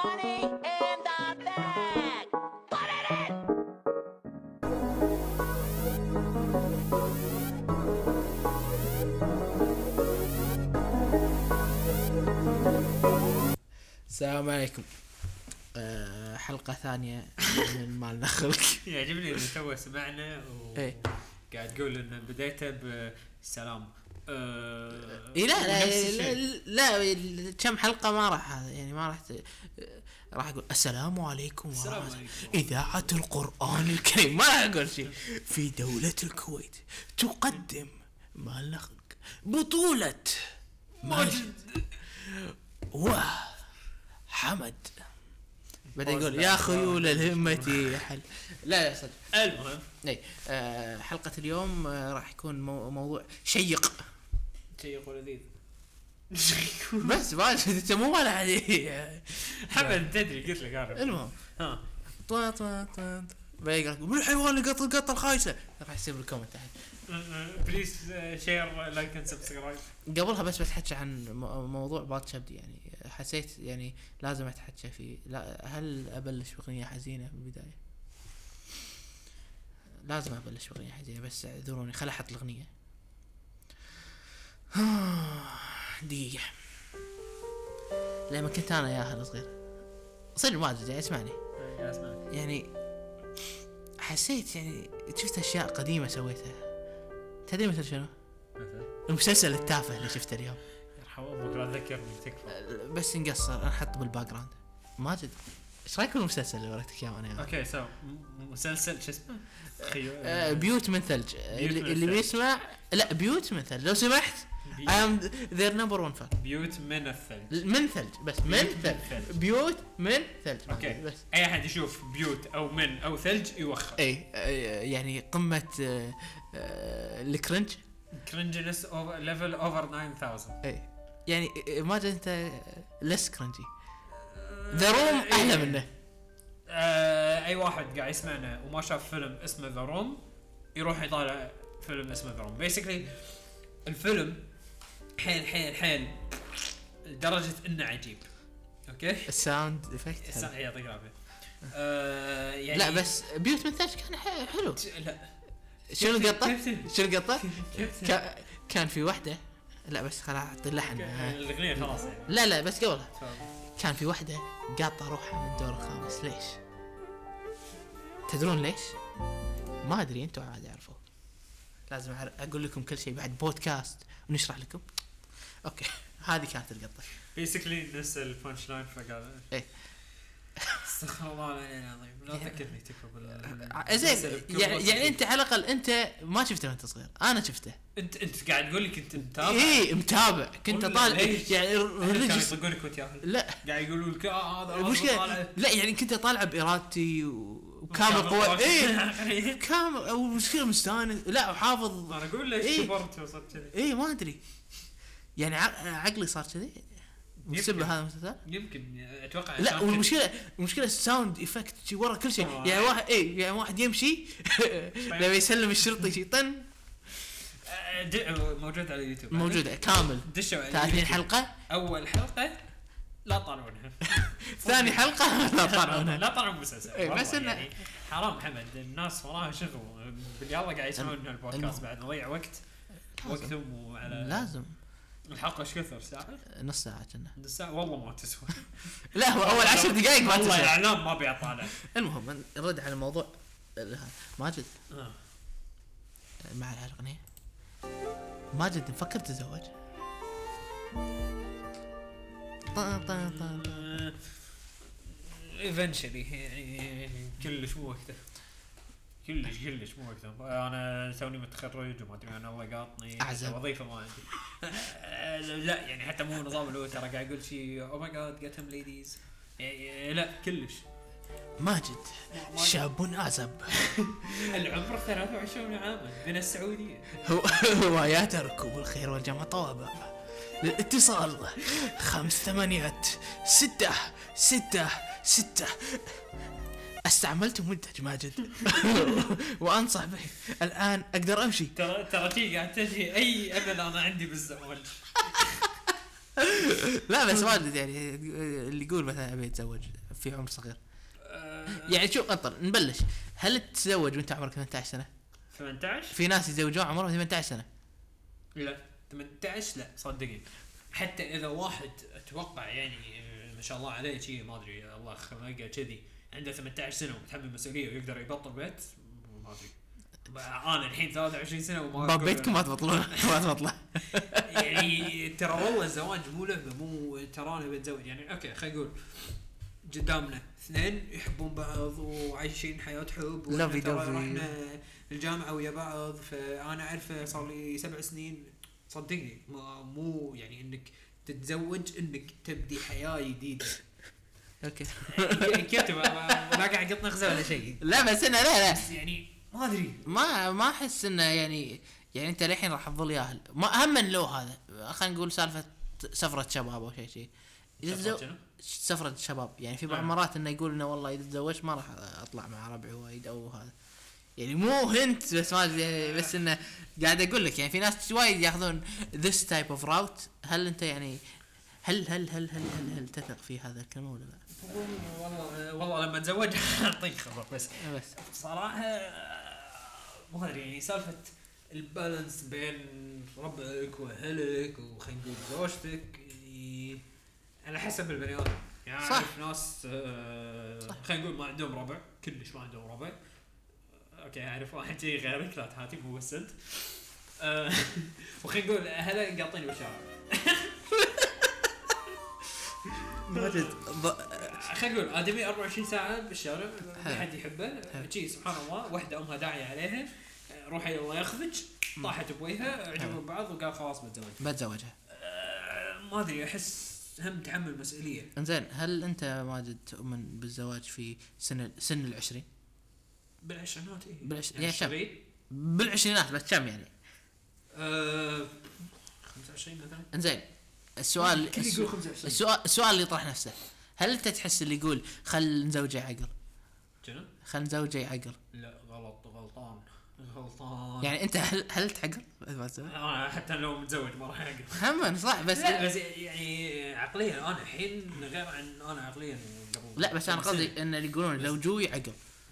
money in the bag. Put it in. السلام عليكم. حلقة ثانية من مالنا خلق. يعجبني اللي تو سمعنا وقاعد تقول إن بدايته بالسلام. إيه لا كم حلقة ما راح يعني ما راح أقول السلام عليكم ورحمة إذاعة القرآن الكريم. ما راح أقول شيء. في دولة الكويت تقدم مالنا خلق بطولة ماجد وحمد. بدأ يقول يا خيول الهمة حل. لا صدق. المهم حلقة اليوم راح يكون موضوع شيق ولذيذ. بس انت مو ولا عادي حمد تدري قلت لك عارف. المهم ها بيقرأ من الحيوان اللي قط القطة الخايسة. راح يسيب الكومنت تحت. بليز شير لايك اند سبسكرايب. قبلها بس بتحكي عن موضوع بات شبدي. يعني حسيت يعني لازم اتحكي فيه. لا هل ابلش بأغنية حزينة بالبداية؟ لازم ابلش بأغنية حزينة بس اعذروني. خل احط الأغنية دقيقة. لما كنت انا يا اهل صغير صدق ما ادري اسمعني يعني حسيت يعني شفت اشياء قديمة سويتها. تدري مثل شنو؟ المسلسل التافه اللي شفته اليوم يرحم امك لا تذكرني تكفى. بس نقصر نحط بالباك جراوند. ماجد ايش رايك بالمسلسل اللي وريتك اياه انا؟ اوكي سو مسلسل شو اسمه؟ بيوت من ثلج. اللي بيسمع لا بيوت من ثلج لو سمحت. I am their number one fan. بيوت من الثلج. من ثلج بس من ثلج. بيوت من ثلج. اوكي بس اي احد يشوف بيوت او من او ثلج يوخر. اي يعني قمة الكرنج كرنجنس ليفل اوفر 9000. اي يعني ما انت لس كرنجي. ذا روم احلى منه. اي واحد قاعد يسمعنا وما شاف فيلم اسمه ذا روم يروح يطالع فيلم اسمه ذا روم. بيسكلي الفيلم حيل حيل حيل لدرجة انه عجيب. اوكي الساوند افكت يعطيك العافية. يعني لا بس بيوت من ثلج كان حلو. لا شنو القطة كان في وحدة. لا بس خلاص اعطي اللحن الاغنية خلاص يعني. لا بس قبلها كان في وحدة قاطة روحها من الدور الخامس. ليش تدرون ليش؟ ما ادري انتوا عادي عارفوا. لازم اقول لكم كل شيء بعد بودكاست ونشرح لكم. اوكي هذه كانت القطة بيسكلي نفس البانش لاين فقال ايه استغفر الله العظيم لا تذكرني تكفى زين. يعني انت على الاقل انت ما شفته وانت صغير. انا شفته. انت قاعد تقول لي كنت متابع. ايه متابع كنت طالع يعني كانوا يطقونك وانت ياهل. لا قاعد يقولوا لك هذا المشكلة لا يعني كنت طالع بارادتي وكامل قوة. ايه كامل او مشكلة مستانس. لا وحافظ. انا اقول ليش كبرت وصرت كذي. ايه ما ادري يعني عقلي صار كذي بسبب هذا المسلسل. يمكن اتوقع. لا والمشكله الساوند افكت شي ورا كل شيء. يعني واحد يعني واحد يمشي لما يسلم الشرطي شي طن موجود على اليوتيوب. موجوده كامل 30 حلقه. اول حلقه لا طالعونها. ثاني حلقه لا طالعونها. لا طالعون مسلسل. بس انه يعني حرام حمد الناس وراها شغل بالله قاعد يسمعون البودكاست بعد نضيع وقتهم وعلى لازم. الحلقة ايش كثر ساعة؟ نص ساعة كنا. نص ساعة والله ما تسوى. لا هو أول 10 دقائق ما تسوى. والله الإعلام ما بيعطانا. المهم نرد على الموضوع. ماجد مع الأغنية. ماجد نفكر تتزوج. eventually يعني كلش مو وقته. كلش مو وقته. انا توني متخرج وما ادري انا الله قاطني وظيفه ما عندي. لا يعني حتى مو نظام اللي ترى قاعد اقول شيء او ماي جاد جيت هم ليديز. لا كلش. ماجد شاب عزب العمر 23 عاما من السعوديه. هوايات ركوب الخير والجمع طوابع. للاتصال 586 استعملت منتج ماجد وانصح به. الان اقدر امشي. ترى شي قاعد تجي اي امل انا عندي بالزواج. لا بس واجد يعني اللي يقول مثلا ابي اتزوج في عمر صغير. يعني شوف انطر نبلش. هل تتزوج وانت عمرك 18 سنه؟ 18 في ناس يتزوجون عمرهم 18 سنه. لا 18 لا صدقني. حتى اذا واحد اتوقع يعني ما شاء الله عليه شيء ما ادري الله خلقه كذي عنده 18 سنه ومتحمل مسؤوليه ويقدر يبطل بيت ما ادري. انا الحين 23 سنه وما باب بيتكم ما تبطلون ما تبطله. يعني ترى والله الزواج مو لعبه مو ترانا بتزوج يعني اوكي خلينا نقول قدامنا اثنين يحبون بعض وعايشين حياه حب ورحنا الجامعه ويا بعض فانا اعرفه صار لي 7 سنين صدقني مو يعني انك تتزوج انك تبدي حياه جديده. اوكي كنت ما قاعد اقط نغزه ولا شيء. لا بس انا لا بس يعني ما ادري ما احس انه يعني انت الحين راح تظل ياهل ما اهم من لو هذا خلينا نقول سالفه سفره شباب او شيء سفره شباب يعني في بعض المرات انه يقول انه والله اذا تزوجت ما راح اطلع مع ربعي وايد او هذا يعني مو هنت بس ما بس انه قاعد اقول لك يعني في ناس وايد ياخذون this type of route. هل انت يعني هل تثق في هذا الكلام ولا لا؟ والله لما اتزوج اعطيك خبر بس بصراحه ما ادري يعني سالفه البالانس بين ربعك واهلك وخلينا نقول زوجتك يعني على حسب البني ادم يعني اعرف ناس خلينا نقول ما عندهم ربع كلش ما عندهم ربع. اوكي اعرف واحد شيء غيرك لا تهاتي مو بس انت وخلينا نقول اهله قاطين بالشارع ماجد خلينا نقول ادمي 24 ساعه بالشارع ما حد يحبه شيء سبحان الله وحده امها داعيه عليها روحي الله ياخذك طاحت بويها عجبوا بعض وقال خلاص بتزوجها. ما ادري احس هم تحمل مسؤوليه. انزين هل انت ماجد تؤمن بالزواج في سن ال20 بالعشرينات يعني بالعشرينات بس كم يعني 25 مثلا. انزين السؤال اللي يطرح نفسه هل انت تحس اللي يقول خل نزوجه عقل خل نزوجه عقل لا غلطان يعني انت هل تعقل انا حتى لو متزوج ما راح اعقل هم صح بس يعني عقليا انا الحين غير عن انا عقليا قبل لا بس انا قصدي ان اللي يقولون لو جوي عقل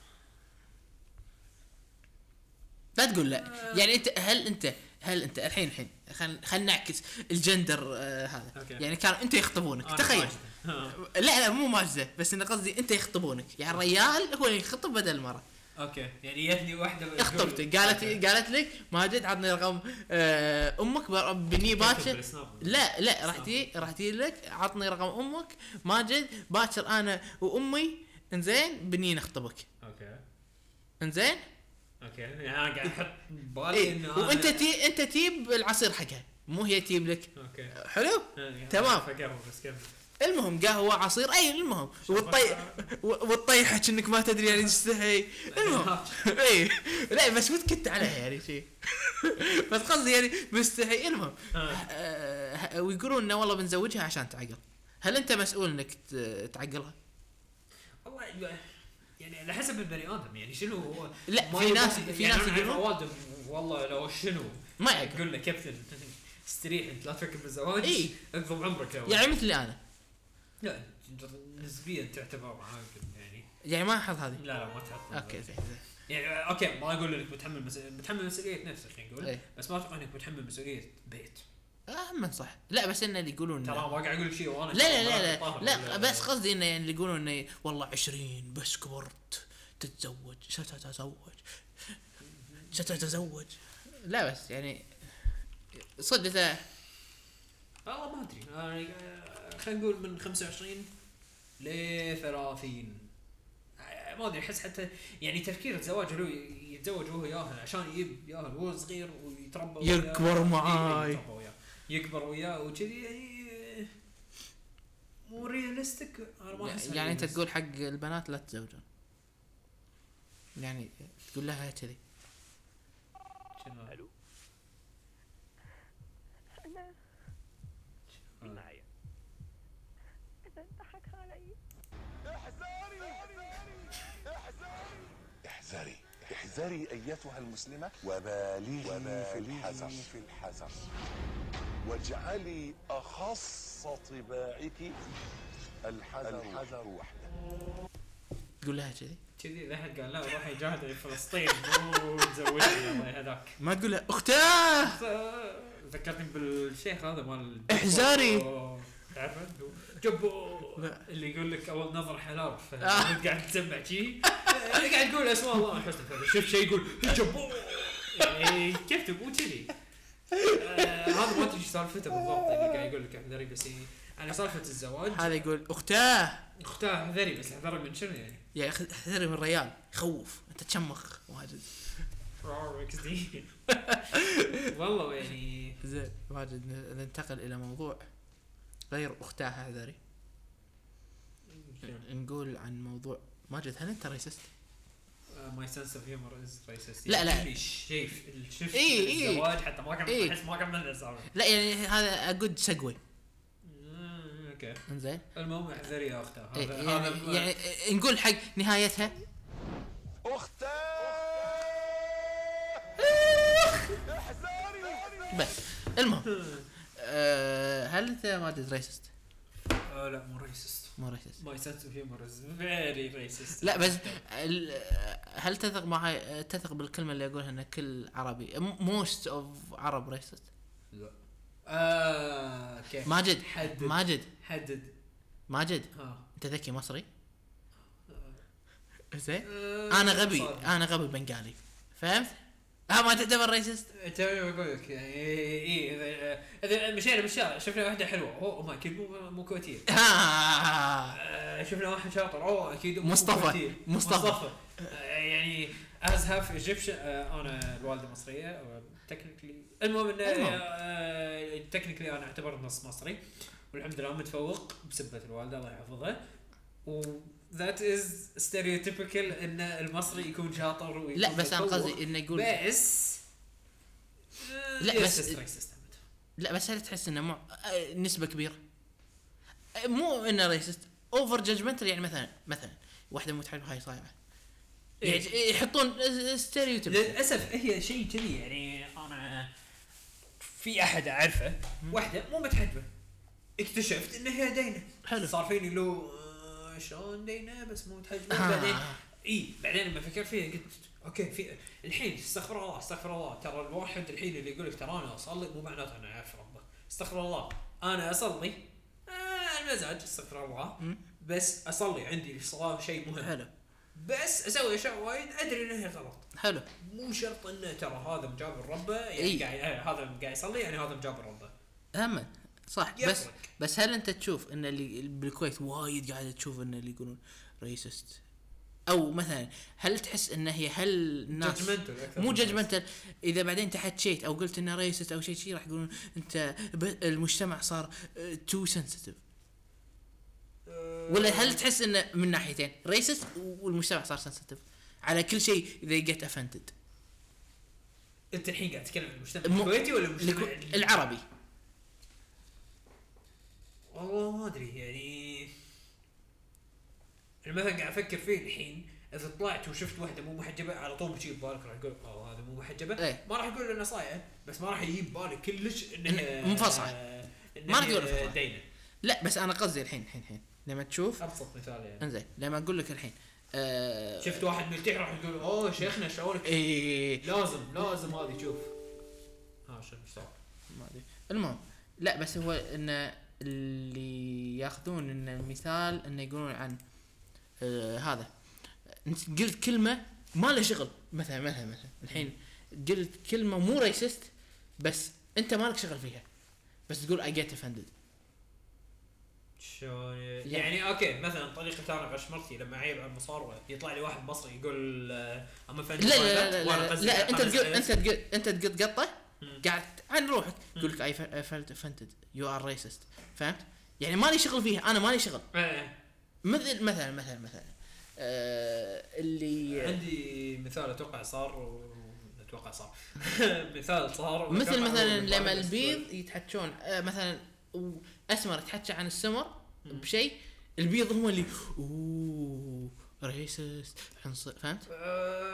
لا تقول لا يعني انت هل انت الحين خلينا نعكس الجندر هذا أوكي. يعني كانوا انت يخطبونك تخيل لا مو ماجزه بس انا قصدي انت يخطبونك يعني الرجال هو يخطب بدل المراه. اوكي يعني جتني واحده اخطبتك قالت لك ماجد عطني رقم امك بني باكر لا راح تجي لك عطني رقم امك ماجد باكر انا وامي انزين بني نخطبك. اوكي انزين اوكي يعني انا قاعد احط بالي انه وانت انت تجيب العصير حقها مو هي تجيب لك. اوكي حلو تمام بس كمل. المهم قهوه عصير اي المهم والطيحه انك ما تدري يعني تستحي المهم اي لا بس وتكت عليها يعني شيء بس قصدي يعني مستحي المهم ويقولون انه والله بنزوجها عشان تعقل. هل انت مسؤول انك تعقلها؟ والله يعني على حسب البني ادم يعني شنو هو. لا في ناس يقولون والله لو شنو ما يعقل يقول لك كابتن استريح انت لا تفكر بالزواج اي اقضب عمرك يعني مثلي انا لا نسبيا تعتبر عاقل يعني ما احط هذه لا ما تحط اوكي زين يعني اوكي ما اقول لك بتحمل مسؤوليه نفسك خلينا نقول أي. بس ما اتوقع انك بتحمل مسؤوليه بيت من صح لا بس انه اللي يقولون ترى ما قاعد اقول لك شيء وانا لا بس قصدي انه يعني اللي يقولون انه والله 20 بس كبرت ستتزوج لا بس يعني صدق والله ما ادري خلينا نقول من 25 ل 30 ما ادري احس حتى يعني تفكير الزواج هو يتزوج وهو ياهل عشان ياهل وهو صغير ويتربى يكبر معاي يكبر وياه وكذي يعني مو ريالستيك. يعني انت تقول حق البنات لا تتزوجون يعني تقول لها كذي. الو انا معي اذا ضحك علي احذري ايتها المسلمة وبالغي في الحذر واجعلي أخص طباعك الحذر وحده. تقول لها كذي ذا حد قال لا روح يجاهد في فلسطين مو تزوجني الله هذاك. ما تقول لها اختاه. ذكرتني بالشيخ هذا مال احزاري تعرف جبو اللي يقول لك اول نظر حلال قاعد تسمع شيء قاعد تقول اسماء الله الحسنى شوف شيء يقول جبو يعني كيف تبغى كذي. هذا ما تجي سالفته بالضبط اللي قاعد يقول لك احذري بس يعني سالفه الزواج هذا يقول اختاه احذري بس احذري من شنو يعني يا اخي احذري من الريال يخوف انت تشمخ واجد. والله يعني زين واجد. ننتقل الى موضوع غير اختاه احذري. نقول عن موضوع ماجد هل انت ريسست؟ ماي سنس اوف هيومر از ريسست. لا شايف الزواج حتى ما كان احس ما كملنا السالفه. لا يعني هذا اجود سجوي. اوكي انزين المهم احذري يا اختها هذا يعني نقول حق نهايتها أختاه بس. المهم هل انت ماجد ريسست؟ لا مو ريسست. ماي سنس اوف هيومر از فيري ريسست. لا بس هل تثق بالكلمه اللي اقولها ان كل عربي موست اوف عرب ريسست؟ لا اوكي ماجد حدد ماجد انت ذكي مصري زين انا غبي بنغالي فهمت؟ ما تعتبر ريسست؟ ترى بقول لك اذا مشينا بالشارع شفنا واحده حلوه ما اكيد مو كويتيه. شفنا واحد شاطر اكيد مصطفى يعني از هاف ايجيبشن. انا الوالده مصريه تكنيكلي المهم ان تكنيكلي انا اعتبر نص مصري والحمد لله متفوق بسبه الوالده الله يحفظها. و that is stereotypical ان المصري يكون شاطر ويكون لا بس انا قصدي انه يقول بس لا بس هل تحس انه نسبه كبيره مو انه ريسست اوفر جادجمنتال يعني مثلا واحده متحجبه هاي صايعه يعني يحطون ستيريوتيب. للاسف هي شيء كذي يعني انا في احد اعرفه واحده مو متحجبه اكتشفت ان هي دينه حلو صار فيني له شلون دينه بس مو متحجبه بعدين بعدين لما فكرت فيها قلت اوكي في الحين استغفر الله ترى الواحد الحين اللي يقول لك ترى انا اصلي مو معناته انا اعرف ربه. استغفر الله انا اصلي المزاج استغفر الله بس اصلي عندي الصلاه شيء مهم حلو بس اسوي اشياء وايد ادري انها غلط حلو مو شرط انه ترى هذا مجابر ربه يعني قاعد هذا قاعد يصلي يعني هذا مجابر ربه هم صح يفرق. بس هل انت تشوف ان اللي بالكويت وايد قاعد تشوف ان اللي يقولون ريسست او مثلا هل تحس ان هي هل الناس مو جادجمنتال اذا بعدين تحكيت او قلت انه ريسست او شيء راح يقولون انت المجتمع صار تو سنسيتيف ولا هل تحس انه من ناحيتين ريسست والمجتمع صار سنسيتيف على كل شيء اذا جيت افندد؟ انت الحين قاعد تتكلم عن المجتمع الكويتي ولا المجتمع العربي؟ والله ما ادري يعني مثلا قاعد افكر فيه الحين اذا طلعت وشفت واحده مو محجبه على طول بتجيب بالك راح يقول هذا مو محجبه ما راح يقول انه صايعه بس ما راح يجيب بالك كلش انه منفصحه ما راح يقول دينه. لا بس انا قصدي الحين لما تشوف ابسط مثال يعني انزين لما اقول لك الحين شفت واحد ملتحي راح يقول شيخنا شعورك لازم هذه تشوف شو صار ما ادري. المهم لا بس هو ان اللي ياخذون ان المثال انه يقولون عن هذا انت قلت كلمه ما له شغل مثلا الحين قلت كلمه مو ريسست بس انت ما لك شغل فيها بس تقول I get offended شلون يعني اوكي مثلا طريقه انا غشمرتي لما عيب على المصاروه يطلع لي واحد مصري يقول اما فندم لا انت تقط قطه قاعد عن روحك يقول لك I felt offended you are racist فهمت يعني مالي شغل فيها انا مالي شغل مثلا اللي عندي مثال اتوقع صار مثال صار مثلا لما البيض يتحكون مثلا اسمر يتحكى عن السمر بشيء البيض هم اللي ريسست فهمت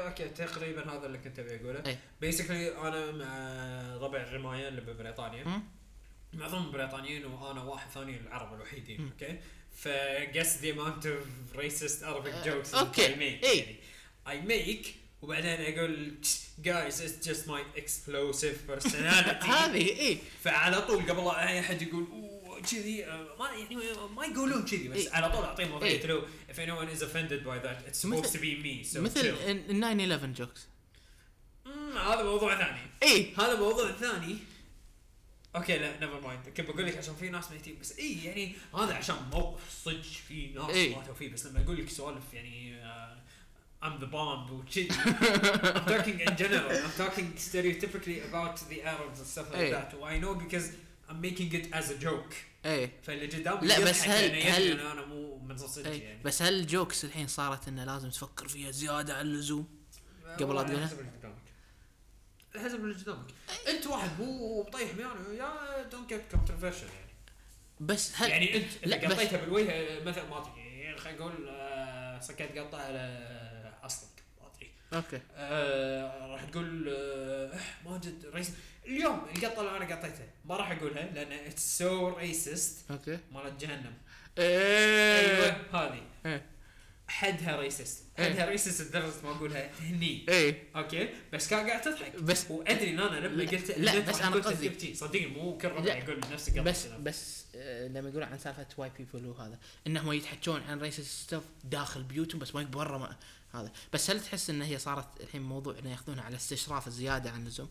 اوكي تقريبا هذا اللي كنت ابي اقوله. إيه. بيسكلي انا مع ربع الرمايه اللي ببريطانيا، معظم البريطانيين وانا واحد ثاني العرب الوحيدين. اوكي فقص the amount of racist Arabic jokes أوكي. I make. إيه. يعني I make وبعدين اقول guys it's just my explosive personality. هذه إيه. فعلى طول قبل اي احد يقول كذي ما يعني ما يقولون كذي بس على طول اعطيهم وضعيه لو if anyone is offended by that it's supposed to be me. So مثل 9/11 جوكس. هذا موضوع ثاني. إيه. هذا موضوع ثاني. اوكي لا نيفر مايند. كنت بقول لك عشان في ناس ميتين بس يعني هذا عشان موقف صدق في ناس ماتوا فيه. بس لما اقول لك سوالف يعني I'm the bomb وشي. I'm talking in general. I'm talking stereotypically about the Arabs and stuff like that. I know because I'm making it as a joke. ايه فاللي قدام لا بس هل انا مو من صدق يعني. بس هل الجوكس الحين صارت انه لازم تفكر فيها زياده عن اللزوم قبل لا تقولها؟ حسب اللي قدامك. انت واحد مو طيح يعني يا don't get controversial يعني. بس هل يعني انت اللي قطيتها بالوجه مثلا ما ادري خلينا نقول سكت قطع على اصلك ما ادري اوكي راح تقول ماجد رئيس اليوم القطه اللي انا قطيتها ما راح اقولها لان it's so racist. اوكي مالت جهنم. ايوه هذه حدها ريسست. حدها ريسست لدرجه ما اقولها هني. اوكي بس كان قاعد تضحك بس وادري ان انا لما قلت لا بس انا قصدي صدقني مو كل ربع يقول نفس القصه. بس لما يقولون عن سالفه واي بيبل وهذا انهم يتحكون عن ريسست ستاف داخل بيوتهم بس ما يقبل برا هذا. بس هل تحس ان هي صارت الحين موضوع انه ياخذونها على استشراف زياده عن اللزوم؟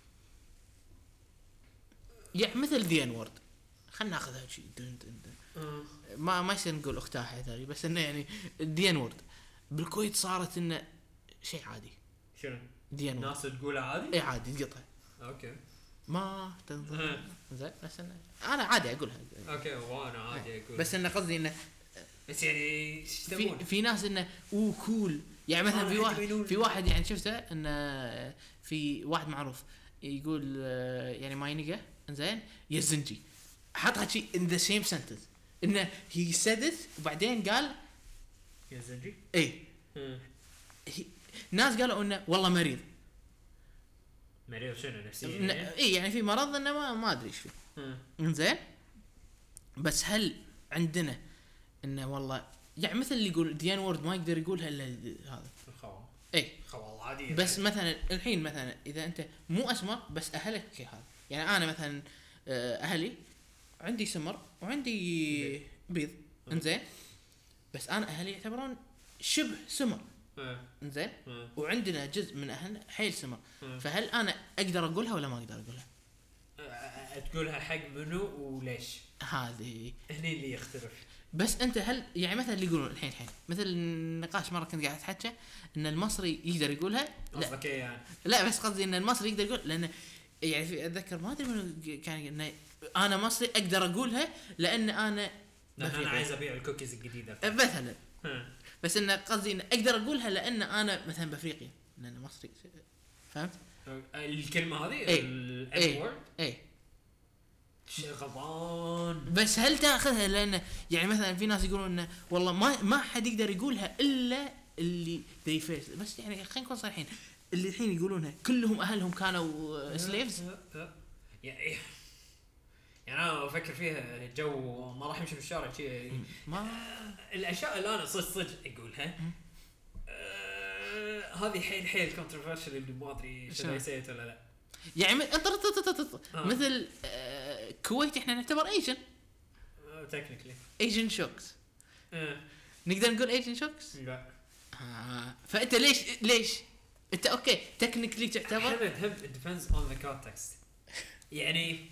يعني مثل ذي ان وورد خلينا ناخذها شيء ما يصير نقول اختها حذري بس انه يعني ذي ان وورد بالكويت صارت انه شيء عادي. شنو ذي ان وورد الناس تقولها عادي؟ اي عادي تقطع. اوكي ما تنظر زين بس انا عادي اقولها. اوكي وانا عادي اقول بس انه قصدي انه بس يعني في ناس انه كول يعني مثلا في واحد يعني شفته انه في واحد معروف يقول يعني ما ينقى زين يزنجي حطها شيء in the same sentence انه he said it وبعدين قال يزنجي اي ناس قالوا انه والله مريض شنو نفسيا اي يعني في مرض انه ما ادري ايش فيه زين. بس هل عندنا انه والله يعني مثل اللي يقول ديان وورد ما يقدر يقولها الا هذا خوال. اي خوال عادي. بس مثلا الحين مثلا اذا انت مو اسمر بس اهلك هذا يعني انا مثلا اهلي عندي سمر وعندي بيض انزين بس انا اهلي يعتبرون شبه سمر انزين وعندنا جزء من اهلنا حيل سمر. فهل انا اقدر اقولها ولا ما اقدر اقولها؟ تقولها حق منو وليش؟ هذه هني اللي يختلف. بس انت هل يعني مثلا اللي يقولون الحين مثل النقاش مره كنت قاعد اتحكى ان المصري يقدر يقولها قصدك ايه يعني؟ لا بس قصدي ان المصري يقدر يقول لان يعني في اتذكر ما ادري منو كان انه انا مصري اقدر اقولها لان انا عايز ابيع الكوكيز الجديده مثلا. بس انه قصدي ان اقدر اقولها لان انا مثلا بافريقيا لان مصري فهمت الكلمه هذه الوورد اي شيء غلطان. بس هل تاخذها لان يعني مثلا في ناس يقولون انه والله ما حد يقدر يقولها الا اللي they face. بس يعني خلينا نكون صريحين اللي الحين يقولونها كلهم اهلهم كانوا سليفز يعني انا افكر فيها جو ما راح يمشي بالشارع شيء ما الاشياء اللي انا صدق اقولها هذه حيل كونتروفيرشل اللي ما ادري شو يسويت ولا لا. يعني مثل كويت احنا نعتبر ايجن تكنيكلي ايجن شوكس نقدر نقول ايجن شوكس لا فانت ليش انت اوكي تكنيكلي تعتبر depends on the context يعني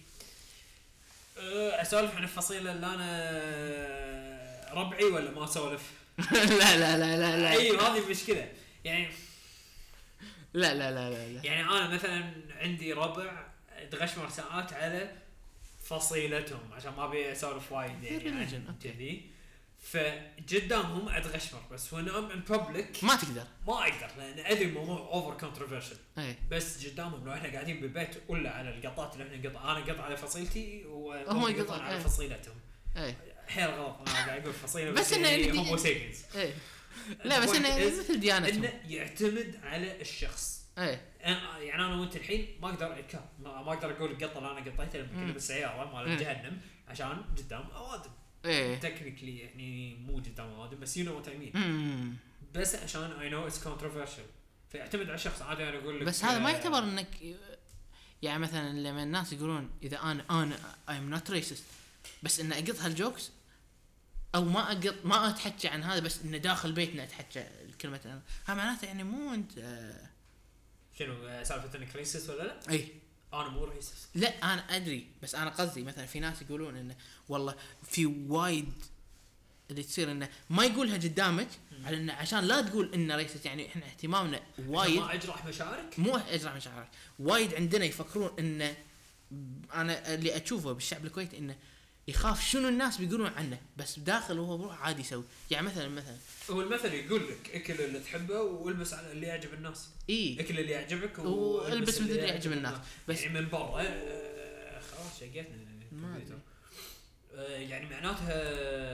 اسولف عن الفصيله اللي انا ربعي ولا ما اسولف؟ لا ايوه هذه المشكله يعني لا يعني انا مثلا عندي ربع تغشمر ساعات على فصيلتهم عشان ما ابي اسولف وايد يعني عن كذي فقدامهم اتغشمر بس وانا ام ان بابليك ما تقدر لان ادري الموضوع اوفر كونتروفيرشل. بس قدامهم لو احنا قاعدين بالبيت ولا على القطات اللي احنا انا قطع على فصيلتي وهم يقطعون على فصيلتهم حيل غلط. انا قاعد اقول فصيله بس انه هم سيكنز لا بس انه مثل ديانتهم انه يعتمد على الشخص. يعني انا وانت الحين ما اقدر ما اقدر اقول القطه اللي انا قطيتها لما كنت بالسياره مال جهنم عشان قدام اوادم. تكنيكلي يعني مو قدام اوادم بس يو نو وات اي مين. بس عشان اي نو اتس كونتروفيرشل فيعتمد على الشخص. عادي انا اقول لك بس هذا ما يعتبر انك يعني مثلا لما الناس يقولون اذا انا I'm not racist بس ان اقط هالجوكس او ما اتحكي عن هذا بس انه داخل بيتنا اتحكي الكلمه ها معناته يعني مو انت شنو سالفه انك ريسست ولا لا؟ اي انا مو ريسست. لا انا ادري بس انا قصدي مثلا في ناس يقولون انه والله في وايد اللي تصير انه ما يقولها قدامك على انه عشان لا تقول انه ريسست. يعني احنا اهتمامنا وايد ما اجرح مشاعرك مو اجرح مشاعرك وايد عندنا يفكرون انه انا اللي اشوفه بالشعب الكويتي انه يخاف شنو الناس بيقولون عنه بس داخل وهو بروح عادي يسوي. يعني مثلا هو المثل يقول لك اكل اللي تحبه والبس على اللي يعجب الناس. اكل اللي يعجبك والبس مثل اللي يعجب الناس. بس يعني من برا خلاص شقيتنا الكمبيوتر. يعني معناتها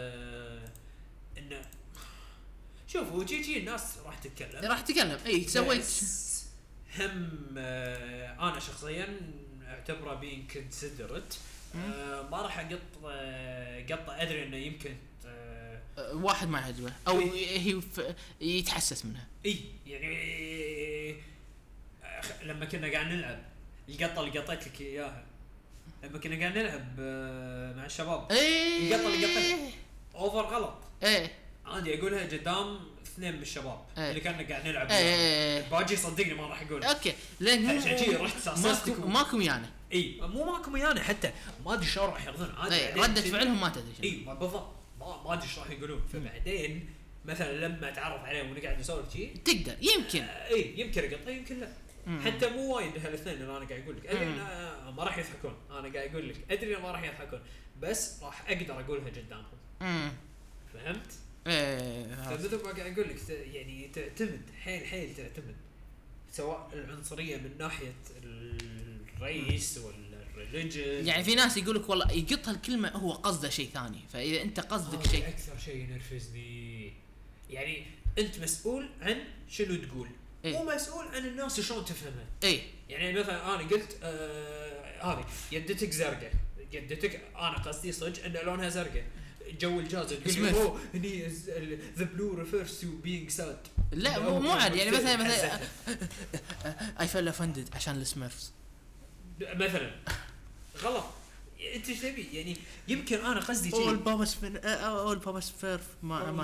انه شوف وجيتي الناس راح تتكلم اي سويت هم انا شخصيا اعتبره بين كونسيدرت. ما راح اقط قطه ادري انه يمكن واحد ما يعجبه او هي يتحسس منها. يعني لما كنا قاعد نلعب القطه اللي قطيت لك اياها لما كنا قاعد نلعب مع الشباب القطه اللي قطيت اوفر غلط. عادي اقولها قدام اثنين من الشباب اللي كنا قاعد نلعب باجي صدقني ما راح اقول اوكي لان رحت ماكم يعني مو ماكم يعني حتى ما ادري شلون راح ياخذون. عادي ردة فعلهم ما تدري بالضبط ما ادري ايش راح يقولون. فبعدين مثلا لما اتعرف عليهم ونقعد نسولف شيء تقدر يمكن يمكن اقطع يمكن لا. حتى مو وايد هالاثنين اللي انا قاعد اقول لك ادري ما راح يضحكون. انا قاعد اقول لك ادري ما راح يضحكون بس راح اقدر اقولها قدامهم. فهمت؟ فمثل ما قاعد اقول لك يعني تعتمد حيل تعتمد سواء العنصريه من ناحيه الرئيس ولا الريليجن. يعني في ناس يقول لك والله يقط هالكلمه هو قصده شيء ثاني. فاذا انت قصدك شيء اكثر شيء ينرفزني يعني انت مسؤول عن شنو تقول مو مسؤول عن الناس شلون تفهمها. يعني مثلا انا قلت هذه يدتك زرقاء يدتك انا قصدي صدق ان لونها زرقاء جو الجاز تقول لي هني ذا بلو ريفيرز تو بينج ساد. لا مو عاد يعني مثلا اي فيل اوفندد عشان السميرفز مثلا غلط. انت ايش تبي يعني يمكن انا قصدي شيء اول بابا سفيرف ما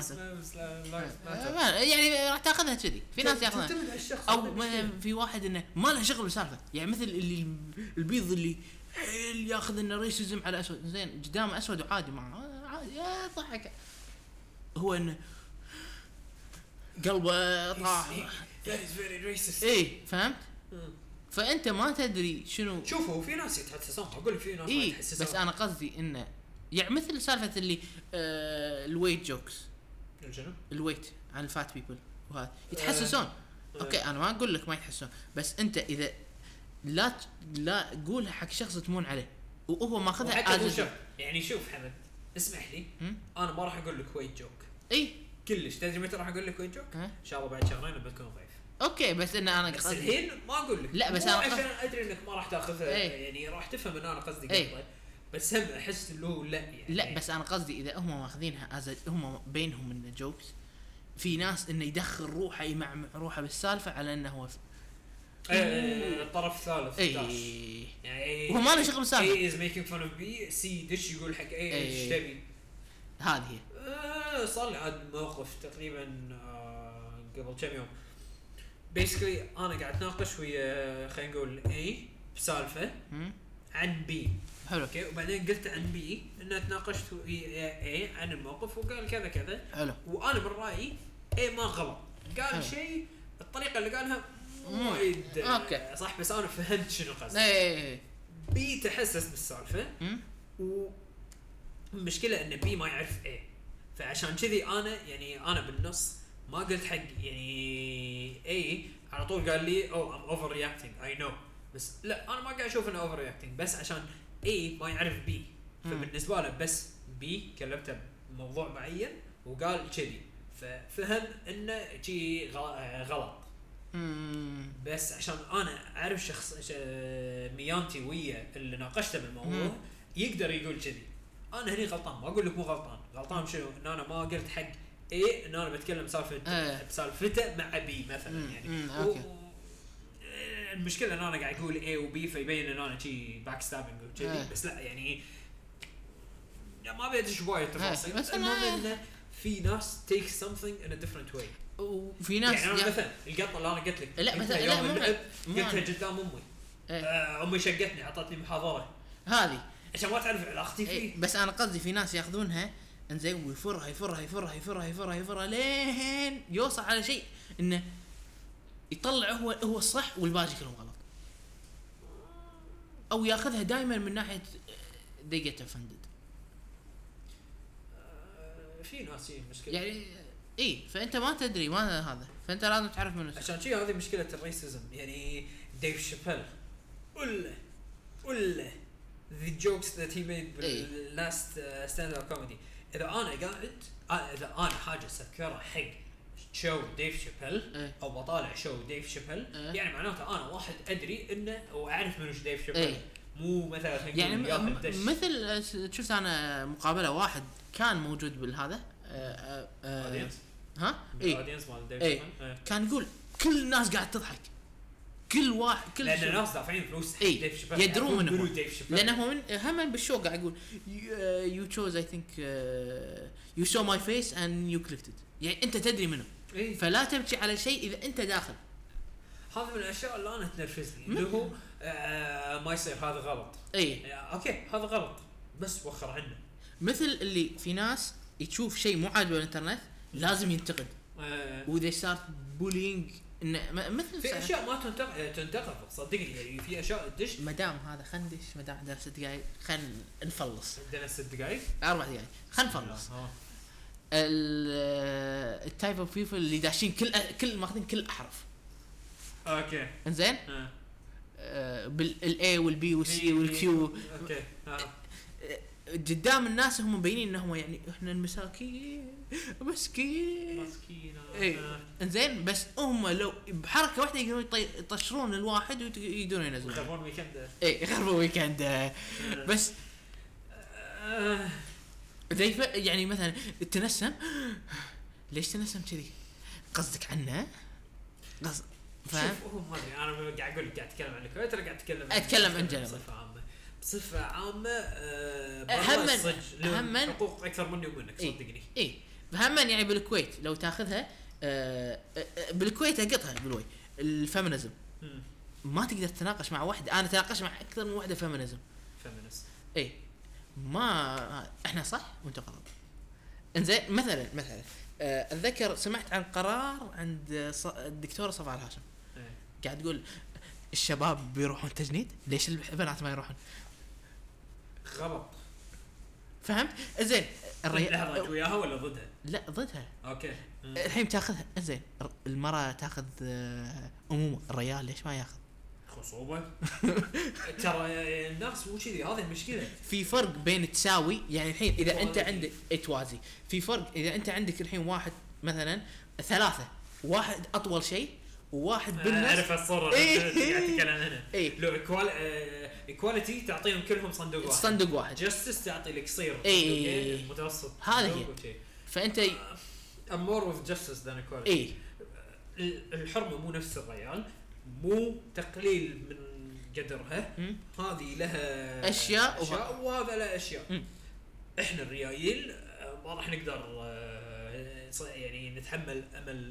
يعني راح تاخذها كذي. في ناس ياخذها او في واحد انه ما له شغل بالسالفه. يعني مثل اللي البيض اللي حيل ياخذ انه ريسيزم على اسود زين قدامه اسود وعادي ما عادي ضحك هو انه قلبه طاح فهمت. فانت ما تدري شنو. شوفوا في ناس يتحسسون اقول لك في ناس ما يتحسسون بس انا قصدي انه يعني مثل سالفه اللي الويت جوكس الويت عن الفات بيبل وهذا يتحسسون. اوكي انا ما اقول لك ما يتحسسون بس انت اذا لا قولها حق شخص تمون عليه وهو ماخذها يعني شوف حمد اسمح لي انا ما راح اقول لك ويت جوك كلش. تدري متى راح اقول لك ويت جوك ان شاء الله بعد شهرين بتكون ضيف. اوكي بس ان انا بس الحين ما اقول لك لا بس انا عشان ادري انك ما راح تاخذها يعني راح تفهم ان انا قصدي قصدي بس هم احس انه لا يعني لا بس انا قصدي اذا هم ماخذينها هم بينهم من جوكس في ناس انه يدخل روحه يمعمع روحه بالسالفه على انه هو الطرف الثالث يعني هو ما له شغل بالسالفه. اي از ميكينج فن اوف بي سي دش يقول حق ايش تبي. هذه صار لي عاد موقف تقريبا قبل كم يوم بيسكلي انا قاعد اتناقش ويا خلينا نقول اي بسالفه عن بي. حلو اوكي وبعدين قلت عن بي انه تناقشت ويا اي عن الموقف وقال كذا كذا. حلو وانا من رايي اي ما غلط قال شيء الطريقه اللي قالها وايد صح بس انا فهمت شنو قصده. بي تحسس بالسالفه والمشكله ان بي ما يعرف ايه فعشان كذي انا يعني انا بالنص ما قلت حق يعني اي على طول قال لي ام اوفر رياكتنج اي نو بس لا انا ما قاعد اشوف انه اوفر رياكتنج بس عشان اي ما يعرف بي فبالنسبه له بس بي كلمته بموضوع معين وقال كذي ففهم انه شيء غلط. بس عشان انا اعرف شخص ميانتي ويا اللي ناقشته بالموضوع يقدر يقول كذي. انا هني غلطان، ما اقول لك مو غلطان شنو ان انا ما قلت حق ايه ان انا بتكلم بسالفته مع بي مثلا يعني. المشكله ان انا قاعد اقول ايه وبي فيبين ان انا شي باك ستابينج وكذي. بس لا يعني ما بيدش وايد تفاصيل. بس المهم في ناس take something in a different way. وفي ناس يعني أنا مثلا القطه اللي انا قلت لك لا مثلا لا قلتها قدام امي. امي شقتني عطتني محاضره هذه عشان ما تعرف علاقتي فيه. بس انا قصدي في ناس ياخذونها انزين ويفرها لين يوصل على شيء انه يطلع هو الصح والباقي كلهم غلط، او ياخذها دائما من ناحيه they get offended. في ناس مشكله يعني فانت ما تدري ما هذا، فانت لازم تعرف منه عشان شيء. هذه مشكله الريسيزم يعني. ديف شابيل ولا the jokes that he made last stand-up comedy. اذا انا حاجه سكرها حق شو ديف شابيل او بطالع شو ديف شابيل يعني معناته انا واحد ادري انه واعرف منو ديف شابيل. مو مثلا يعني مثل شفت انا مقابله واحد كان موجود بالهذا اودينس مال ديف شابيل كان يقول كل الناس قاعد تضحك، كل واحد لان الناس دافعين فلوس ديف شابيل يدرون منه لانه هو هم بالشو قاعد يقول you chose I think you saw my face and you clicked it. يعني انت تدري منه فلا تبكي على شيء اذا انت داخل. هذا من الاشياء اللي انا تنرفزني اللي هو ما يصير هذا غلط. اوكي هذا غلط بس وخر عنه. مثل اللي في ناس تشوف شيء مو عاجبه بالانترنت لازم ينتقد وذي صار بولينج مثل في اشياء ما تنتقد صدقني. يعني في اشياء تدش مدام هذا خندش مدام عندنا 6 دقائق خل نفلص. عندنا 6 دقائق 4 دقائق خل نفلص. التايب اوف بيبل اللي داشين كل ماخذين كل احرف. اوكي انزين بالاي والبي والسي والكيو. اوكي قدام الناس هم مبينين انهم يعني احنا المساكين مسكين انزين بس هم لو بحركه واحده يقدرون يطشرون الواحد ويقدرون ينزلون يخربون ويكند. يخربون ويكند بس زي يعني مثلا التنسم ليش تنسم كذي قصدك عنه قصد فاهم. هو ما ادري انا قاعد اقول قاعد اتكلم عن الكويت ولا قاعد اتكلم عن جنب بصفه عامه هم حقوق اكثر مني ومنك صدقني. هم يعني بالكويت لو تاخذها بالكويت اقطها بالوي الفيمينيزم ما تقدر تتناقش مع واحد. انا تناقش مع اكثر من واحده فيمينيست ما احنا صح وانت غلط. انزين مثلا اتذكر سمعت عن قرار عند الدكتوره صفاء الهاشم قاعد تقول الشباب بيروحون تجنيد ليش البنات ما يروحون. غلط فهمت. زين لحظه وياها ولا ضدها؟ لا ضدها. اوكي الحين تاخذها. زين المراه تاخذ امومه، الرجال ليش ما ياخذ خصوبه؟ ترى الناس مو كذي. هذه المشكله. في فرق بين تساوي يعني الحين اذا انت عندك توازي. في فرق اذا انت عندك الحين واحد مثلا 3 واحد اطول شيء وواحد بالنص. اعرف الصوره اللي قاعد اتكلم عنها. لو ايكواليتي تعطيهم كلهم صندوق واحد. جاستس تعطي لك قصير متوسط. هذا هي. فانت امور وذ جاستس ذان ايكواليتي. الحرمه مو نفس الرجال، مو تقليل من قدرها. هذه لها اشياء وهذا له اشياء. احنا الريايل ما راح نقدر يعني نتحمل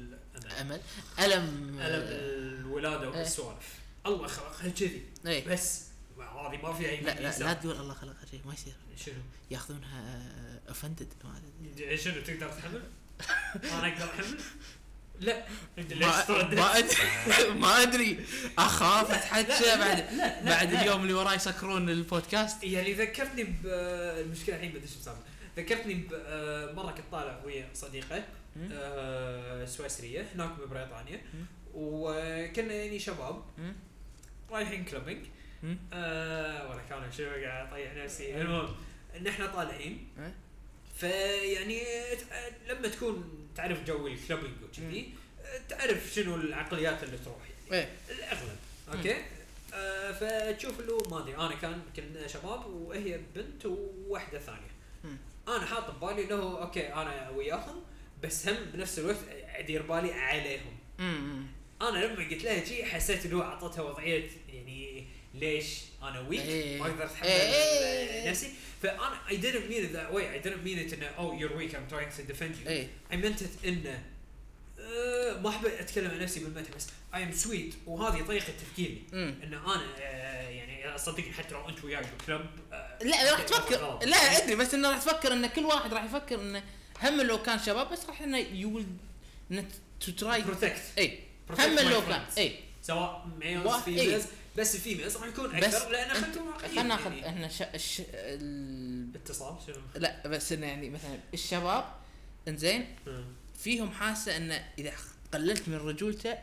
ألم الولادة والسوالف. الله خلقها كذي بس هذه ما في أي لا تقول الله خلقها شيء ما يصير. شنو ياخذونها offended شنو تقدر تحمل؟ أنا أقدر أحمل؟ لا ما أدري أخاف أتحكى بعد اليوم اللي وراي يسكرون البودكاست. يعني ذكرتني بالمشكلة الحين بديش مسامح. ذكرتني مرة كنت طالع ويا صديقة سويسرية هناك ببريطانيا وكنا يعني شباب رايحين كلابينج ولا كانوا شو قاعد اطيح نفسي. المهم ان احنا طالعين فيعني لما تكون تعرف جو الكلبينج وكذي تعرف شنو العقليات اللي تروح يعني الاغلب اوكي. فتشوف له ما ادري انا كنا شباب وهي بنت وواحده ثانيه انا حاط ببالي له اوكي انا وياهم بس هم بنفس الوقت ادير بالي عليهم. انا لما قلت لها شيء حسيت انه اعطتها وضعيه يعني ليش انا ويك ما اقدر اتحمل نفسي. فانا I didn't mean it that way. I didn't mean it in oh you're weak I'm trying to defend you. I meant it in ما احب اتكلم عن نفسي بالمثل بس I am sweet وهذه طريقه تفكيري ان انا يعني صدقني حتى لو انت وياي بالكلب لا راح تفكر لا ادري بس انه راح تفكر ان كل واحد راح يفكر انه هم لو كان شباب بس راح انه يقول انه to try protect هم لو كان سواء ميلز فيميلز بس الفيميلز راح يكون اكثر لان خلنا ناخذ احنا اتصال شنو لا بس انه يعني مثلا الشباب انزين فيهم حاسه انه اذا قللت من رجولته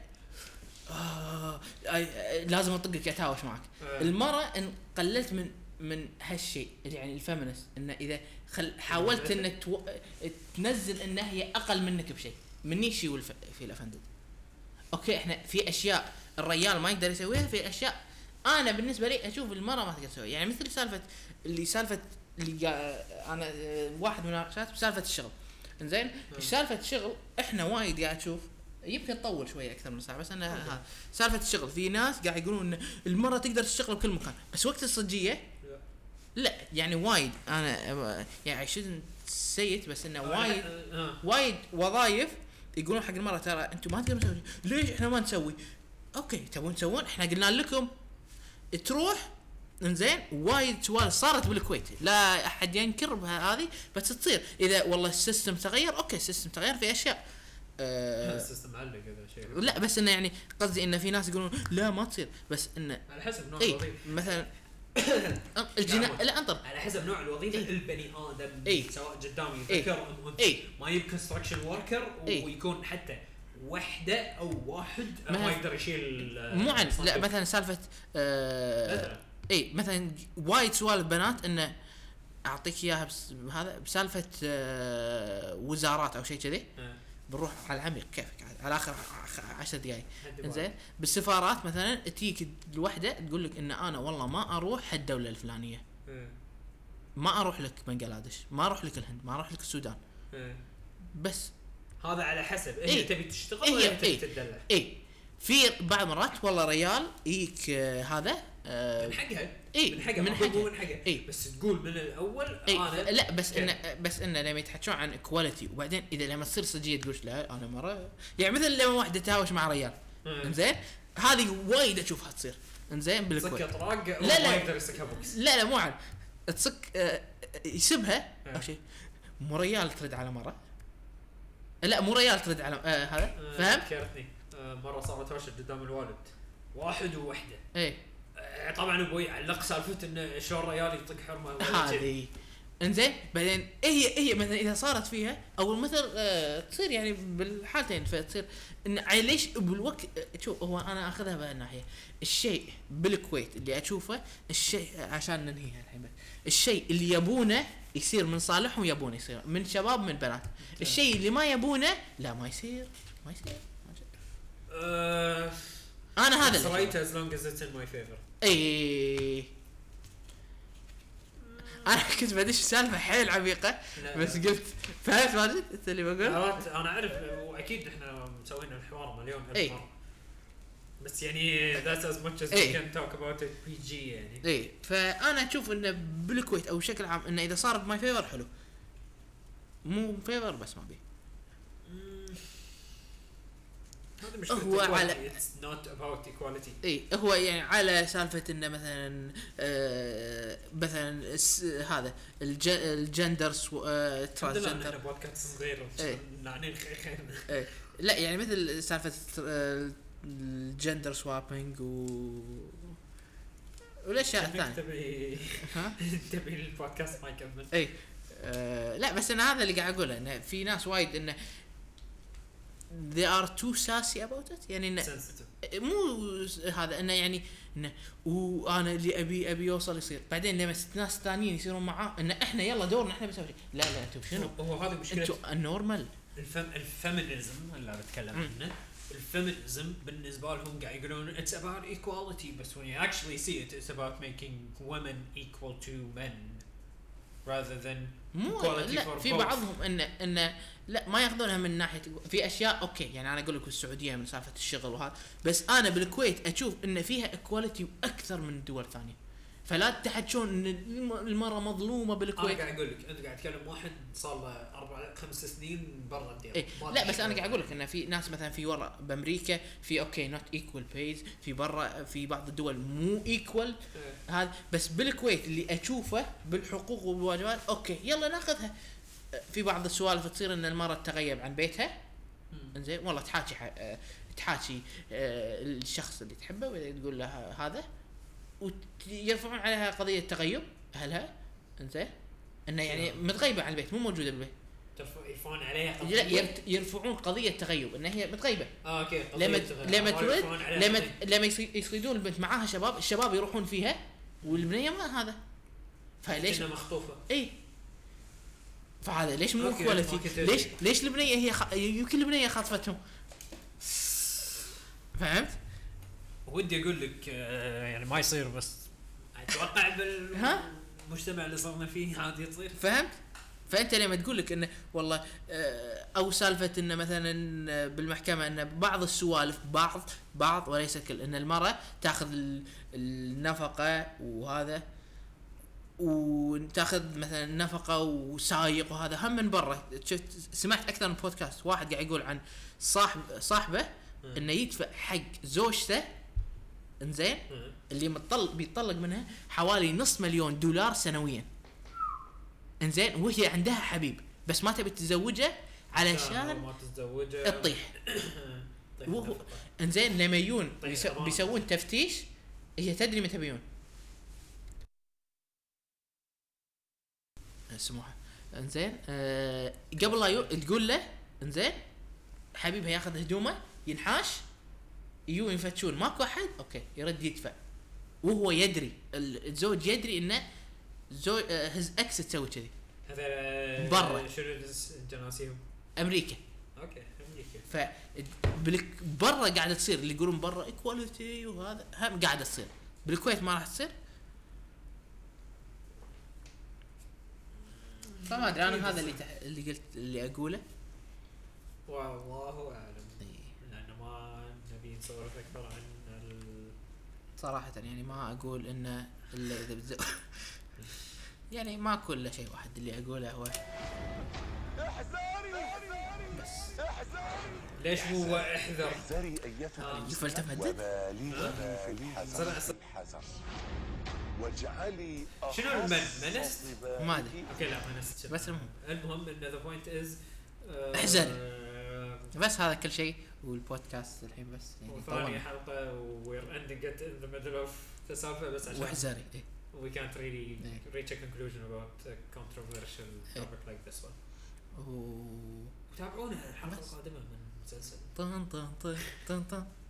لازم اطقك اتهاوش معك. المراه ان قللت من هالشيء يعني الفيمينست انه اذا حاولت انك تنزل ان هي اقل منك بشيء مني شيء في الافندد اوكي احنا في اشياء الرجال ما يقدر يسويها في اشياء انا بالنسبه لي اشوف المراه ما تقدر تسويها يعني مثل سالفه اللي انا واحد من المناقشات بسالفه الشغل انزين سالفه الشغل احنا وايد قاعد تشوف يمكن تطول شويه اكثر من ساعه بس انا هذا سالفه الشغل في ناس قاعد يقولون ان المراه تقدر تشتغل بكل مكان بس وقت الصجيه لا يعني وايد انا يعني شدن سيت بس انه وايد وظايف يقولون حق المراه ترى انتم ما تقدرون تسوون ليش احنا ما نسوي اوكي تبون تسوون احنا قلنا لكم تروح انزين وايد سوالف صارت بالكويت لا احد ينكر هذه بس تصير اذا والله السيستم تغير اوكي السيستم تغير في اشياء السيستم علق هذا شيء لا بس انه يعني قصدي انه في ناس يقولون لا ما تصير بس انه على حسب نوع الوظيفه مثلا لا انطر على حسب نوع الوظيفه البني ادم سواء قدامي ذكر ام انثى ما يبقى كونستراكشن وركر ويكون حتى وحده او واحد ما يقدر يشيل مو عن لا مثلا سالفه مثلا وايد سوالف بنات انه اعطيك اياها هذا بسالفه وزارات او شيء كذي بنروح على العميق كيفك على اخر 10 دقائق زين بالسفارات مثلا تجيك الوحده تقول لك ان انا والله ما اروح الدوله الفلانيه ما اروح لك بنغلاديش ما اروح لك الهند ما اروح لك السودان بس هذا على حسب انت تبي تشتغل ولا تبي تدلع في بعض مرات والله ريال يجيك هذا من حقها من حقها بس تقول من الاول انا لا بس انه لما يتحكون عن كواليتي وبعدين اذا لما تصير صجيه تقول لا انا مره يعني مثل لما واحده تهاوش مع ريال انزين هذه وايد اشوفها تصير انزين بالكويت صك طراق ما يقدر يسكها بوكس لا مو عاد تصك يسبها او شيء مو ريال ترد على مره لا مو ريال ترد على هذا فهم كرتني مره صارت هوشه قدام الوالد واحد ووحده طبعا ابوي علق سالفه انه شلون ريال يطق حرمه هذه انزين بعدين هي مثلا اذا صارت فيها او مثل تصير يعني بالحالتين فتصير ان ليش بالوقت شوف هو انا اخذها بهالناحيه الشيء بالكويت اللي اشوفه الشيء عشان ننهيها الحين الشيء اللي يبونه يصير من صالحهم يبونه يصير من شباب من بنات الشيء اللي ما يبونه لا ما يصير انا هذا right as long as it's in my favor انا كنت بدش سالفه حيل عميقه بس قلت فهمت ماجد انت اللي بقول انا اعرف واكيد احنا مسوينا الحوار مليون الف مره بس يعني that's as much as we can talk about it PG يعني فانا اشوف انه بالكويت او بشكل عام انه اذا صار بماي فيفر حلو مو فيفر بس ما بيه هو على it's not about equality هو يعني على سالفه انه مثلا مثلا هذا الجندر ترانسجندر بودكاست صغير نعنين خير لا يعني مثل سالفه الجندر سوابينج والاشياء الثانيه تبي البودكاست ما يكمل لا بس انا هذا اللي قاعد اقوله انه في ناس وايد انه they are too sassy about it يعني إنه sensitive. مو هذا انه يعني انه وانا اللي ابي يوصل يصير بعدين لما ناس ثانيين يصيرون معاه ان احنا يلا دورنا احنا بنسوي شيء لا انتم شنو هو هذه مشكله انتم النورمال الفيمينيزم اللي بتكلم عنه. الفيمينيزم بالنسبه لهم قاعد يقولون it's about equality بس when you actually see it it's about making women equal to men rather than مو equality لا for في both. بعضهم ان لا ما ياخذونها من ناحيه في اشياء اوكي يعني انا اقول لك السعوديه من سالفه الشغل وهذا بس انا بالكويت اشوف ان فيها ايكواليتي اكثر من دول ثانيه فلا تحكون ان المراه مظلومه بالكويت. انا قاعد اقول لك انت قاعد تتكلم واحد صار له 4-5 سنين برا الديار إيه؟ لا بس انا قاعد اقول لك ان في ناس مثلا في ورا بامريكا في اوكي نوت ايكوال بيز في برا في بعض الدول مو ايكوال هذا بس بالكويت اللي اشوفه بالحقوق والواجبات اوكي يلا ناخذها. في بعض السوالف تصير ان المراه تغيب عن بيتها انزين والله تحاكي الشخص اللي تحبه وتقول له هذا ويرفعون عليها قضيه تغيب اهلها انزين انه يعني متغيبه عن البيت مو موجوده بالبيت يرفعون عليها قضية لا يرفعون قضيه تغيب انها هي متغيبه. اوكي لما تولد لما يصيدون البنت معاها الشباب يروحون فيها والبنيه ما هذا فليش مخطوفه اي فهذا ليش مو كواليتي ليش البنيه هي يمكن البنيه خاطفتهم فهمت. ودي اقول لك يعني ما يصير بس اتوقع بالمجتمع اللي صرنا فيه عادي تصير فهمت. فانت لما تقول لك انه والله او سالفه انه مثلا بالمحكمه ان بعض السوالف بعض وليس كل ان المراه تاخذ النفقه وهذا وتاخذ مثلا نفقه وسايق وهذا هم من برا. شفت سمعت اكثر من بودكاست واحد قاعد يقول عن صاحبه انه يدفع حق زوجته انزين اللي بيطلق منها حوالي $500,000 سنويا انزين وهي عندها حبيب بس ما تبي تتزوجه علشان ما تتزوجه تطيح وهو انزين لما يجون بيسوون تفتيش هي تدري متى بيجون سموحه انزين قبل لا تقول له انزين حبيبها ياخذ هدومه ينحاش يجون يفتشون ماكو احد اوكي يرد يدفع وهو يدري الزوج يدري انه زوج هز اكس تسوي كذي. هذا برا شنو جناسيهم امريكا اوكي امريكا برا قاعده تصير اللي يقولون برا ايكواليتي وهذا هم قاعده تصير بالكويت ما راح تصير. فما ادري انا هذا اللي قلت اللي اقوله والله اعلم لانه ما نبي نسولف اكثر عن صراحه يعني ما اقول انه الا اذا يعني ما كل شيء واحد اللي اقوله هو بس ليش هو احذر ايتها فلتفت الحذر واجعلي شنو المنست ما ادري اوكي لا منست بس المهم ان ذا بوينت از احذري بس هذا كل شيء والبودكاست الحين بس يعني ثاني حلقه وير اندينج ات ان ذا ميدل اوف تسالفه بس عشان واحذري we can't really reach a conclusion about a controversial topic like this one. وتابعونا الحلقه القادمه من مسلسل طن